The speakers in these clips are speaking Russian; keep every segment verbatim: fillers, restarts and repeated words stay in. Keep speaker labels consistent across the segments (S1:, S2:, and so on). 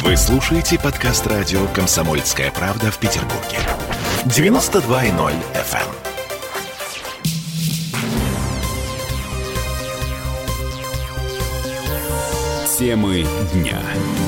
S1: Вы слушаете подкаст радио «Комсомольская правда» в Петербурге. девяносто два и ноль эф эм. Темы дня.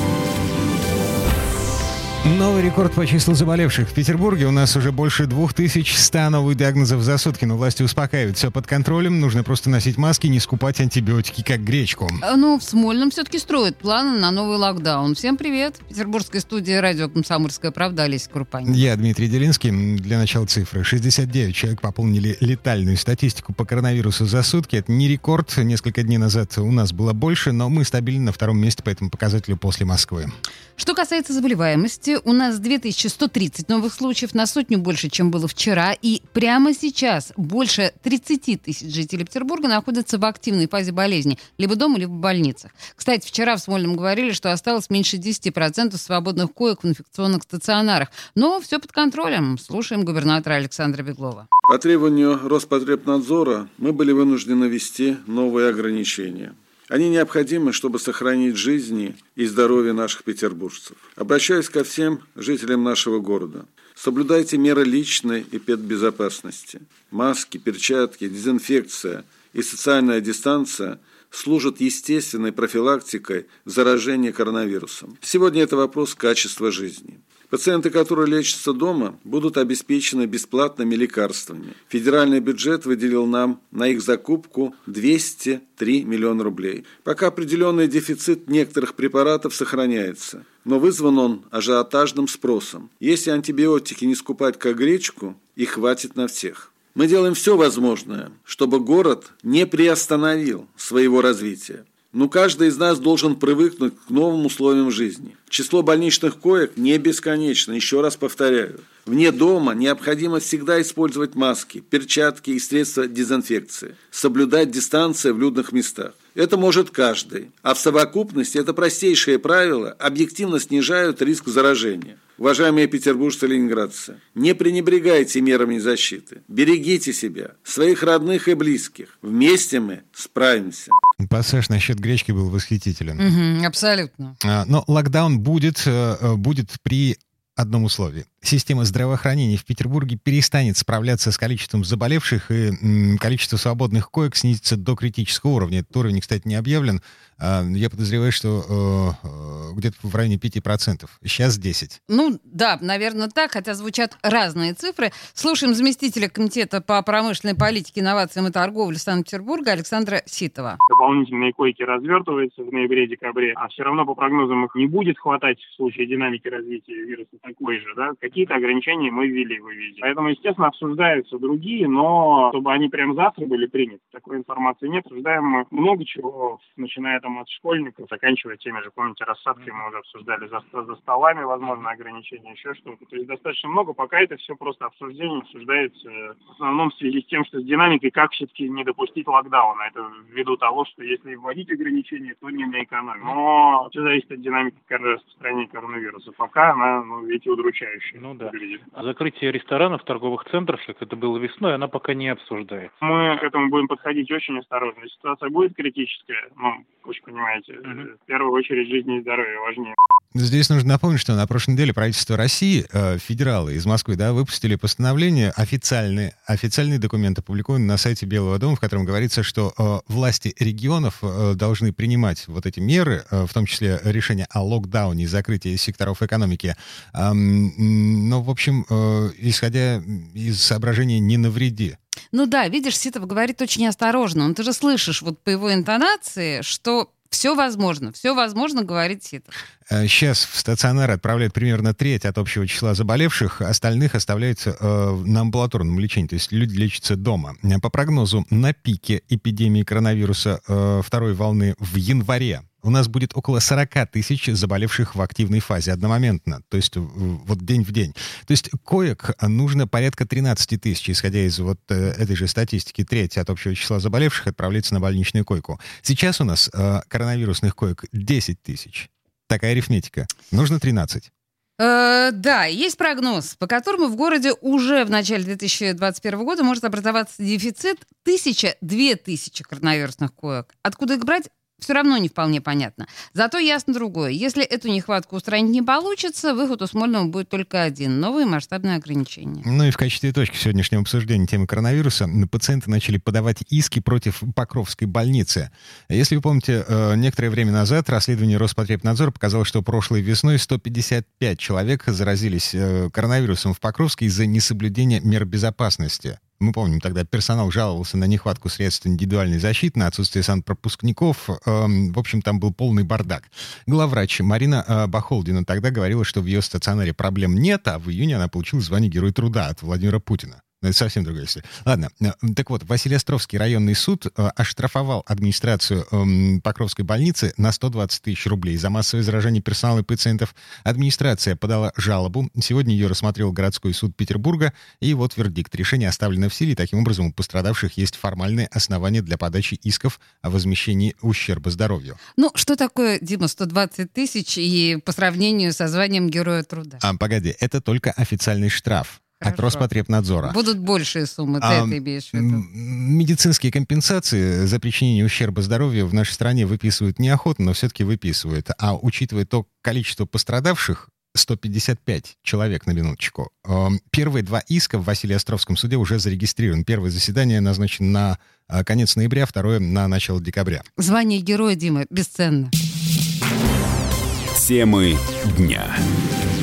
S2: Новый рекорд по числу заболевших. В Петербурге у нас уже больше две тысячи сто новых диагнозов за сутки, но власти успокаивают. Все под контролем, нужно просто носить маски, не скупать антибиотики, как гречку.
S3: Ну, в Смольном все-таки строят планы на новый локдаун. Всем привет. В петербургской студии радио «Комсомольская правда» Олеся Крупанина.
S2: Я Дмитрий Делинский. Для начала цифры. шестьдесят девять человек пополнили летальную статистику по коронавирусу за сутки. Это не рекорд. Несколько дней назад у нас было больше, но мы стабильно на втором месте по этому показателю после Москвы.
S3: Что касается заболеваемости, у нас две тысячи сто тридцать новых случаев, на сотню больше, чем было вчера. И прямо сейчас больше тридцать тысяч жителей Петербурга находятся в активной фазе болезни. Либо дома, либо в больницах. Кстати, вчера в Смольном говорили, что осталось меньше десять процентов свободных коек в инфекционных стационарах. Но все под контролем. Слушаем губернатора Александра Беглова.
S4: По требованию Роспотребнадзора мы были вынуждены ввести новые ограничения. Они необходимы, чтобы сохранить жизни и здоровье наших петербуржцев. Обращаюсь ко всем жителям нашего города. Соблюдайте меры личной и педбезопасности. Маски, перчатки, дезинфекция и социальная дистанция служат естественной профилактикой заражения коронавирусом. Сегодня это вопрос качества жизни. Пациенты, которые лечатся дома, будут обеспечены бесплатными лекарствами. Федеральный бюджет выделил нам на их закупку двести три миллиона рублей. Пока определенный дефицит некоторых препаратов сохраняется, но вызван он ажиотажным спросом. Если антибиотики не скупать как гречку, их хватит на всех. Мы делаем все возможное, чтобы город не приостановил своего развития. Но каждый из нас должен привыкнуть к новым условиям жизни. Число больничных коек не бесконечно, еще раз повторяю. Вне дома необходимо всегда использовать маски, перчатки и средства дезинфекции. Соблюдать дистанцию в людных местах. Это может каждый. А в совокупности это простейшие правила объективно снижают риск заражения. Уважаемые петербуржцы и ленинградцы, не пренебрегайте мерами защиты. Берегите себя, своих родных и близких. Вместе мы справимся.
S2: Пассаж насчет гречки был восхитителен.
S3: Угу, абсолютно.
S2: А, но локдаун будет, будет при одном условии. Система здравоохранения в Петербурге перестанет справляться с количеством заболевших, и м, количество свободных коек снизится до критического уровня. Этот уровень, кстати, не объявлен. А, я подозреваю, что э, где-то в районе пять процентов. Сейчас десять процентов.
S3: Ну, да, наверное, так, хотя звучат разные цифры. Слушаем заместителя комитета по промышленной политике, инновациям и торговле Санкт-Петербурга Александра Ситова.
S5: Дополнительные койки развертываются в ноябре-декабре, а все равно, по прогнозам, их не будет хватать в случае динамики развития вируса такой же, да. Какие-то ограничения мы ввели, вы видите. Поэтому, естественно, обсуждаются другие, но чтобы они прям завтра были приняты, такой информации нет. Обсуждаем мы много чего, начиная там от школьников, заканчивая теми же, помните, рассадки мы уже обсуждали за, за столами, возможно, ограничения, еще что-то. То есть достаточно много, пока это все просто обсуждение, обсуждается в основном в связи с тем, что с динамикой, как все-таки не допустить локдауна. Это ввиду того, что если вводить ограничения, то не на экономию. Но все зависит от динамики распространения коронавируса. Пока она, ну, видите, удручающая.
S6: Ну да. Закрытие ресторанов, торговых центров, как это было весной, она пока не обсуждается.
S5: Мы к этому будем подходить очень осторожно. Ситуация будет критическая, ну, вы же понимаете, mm-hmm. в первую очередь жизнь и здоровье важнее.
S2: Здесь нужно напомнить, что на прошлой неделе правительство России, э, федералы из Москвы, да, выпустили постановление, официальные, официальный документ опубликован на сайте Белого дома, в котором говорится, что э, власти регионов э, должны принимать вот эти меры, э, в том числе решение о локдауне и закрытии секторов экономики. Э, но, в общем, э, исходя из соображения «не навреди».
S3: Ну да, видишь, Ситов говорит очень осторожно. Ну, ты же слышишь вот по его интонации, что все возможно. Все возможно, говорит Ситов.
S2: Сейчас в стационар отправляют примерно треть от общего числа заболевших, остальных оставляется э, на амбулаторном лечении, то есть люди лечатся дома. По прогнозу, на пике эпидемии коронавируса э, второй волны в январе у нас будет около сорок тысяч заболевших в активной фазе одномоментно, то есть вот день в день. То есть коек нужно порядка тринадцать тысяч, исходя из вот этой же статистики, треть от общего числа заболевших отправляется на больничную койку. Сейчас у нас э, коронавирусных коек десять тысяч. Такая арифметика. Нужно тринадцать.
S3: Э, да, есть прогноз, по которому в городе уже в начале две тысячи двадцать первого года может образоваться дефицит тысяча-две тысячи коронавирусных коек. Откуда их брать? все равно не вполне понятно. Зато ясно другое. Если эту нехватку устранить не получится, выход у Смольного будет только один — новые масштабные ограничения.
S2: Ну и в качестве точки сегодняшнего обсуждения темы коронавируса пациенты начали подавать иски против Покровской больницы. Если вы помните, некоторое время назад расследование Роспотребнадзора показало, что прошлой весной сто пятьдесят пять человек заразились коронавирусом в Покровске из-за несоблюдения мер безопасности. Мы помним, тогда персонал жаловался на нехватку средств индивидуальной защиты, на отсутствие санпропускников. Эм, в общем, там был полный бардак. Главврач Марина э, Бахолдина тогда говорила, что в ее стационаре проблем нет, а в июне она получила звание Герой труда от Владимира Путина. Это совсем другая история. Ладно. Так вот, Василеостровский районный суд э, оштрафовал администрацию э, Покровской больницы на сто двадцать тысяч рублей за массовое заражение персонала и пациентов. Администрация подала жалобу. Сегодня ее рассмотрел городской суд Петербурга. И вот вердикт. Решение оставлено в силе. Таким образом, у пострадавших есть формальные основания для подачи исков о возмещении ущерба здоровью.
S3: Ну, что такое, Дима, сто двадцать тысяч и по сравнению со званием Героя труда?
S2: А, погоди, это только официальный штраф. Хорошо. От Роспотребнадзора.
S3: Будут большие суммы, ты а, это имеешь в виду?
S2: Медицинские компенсации за причинение ущерба здоровью в нашей стране выписывают неохотно, но все-таки выписывают. А учитывая то количество пострадавших, сто пятьдесят пять человек на минуточку, первые два иска в Василеостровском суде уже зарегистрированы. Первое заседание назначено на конец ноября, второе на начало декабря.
S3: Звание Героя, Дима, бесценно.
S1: Темы дня.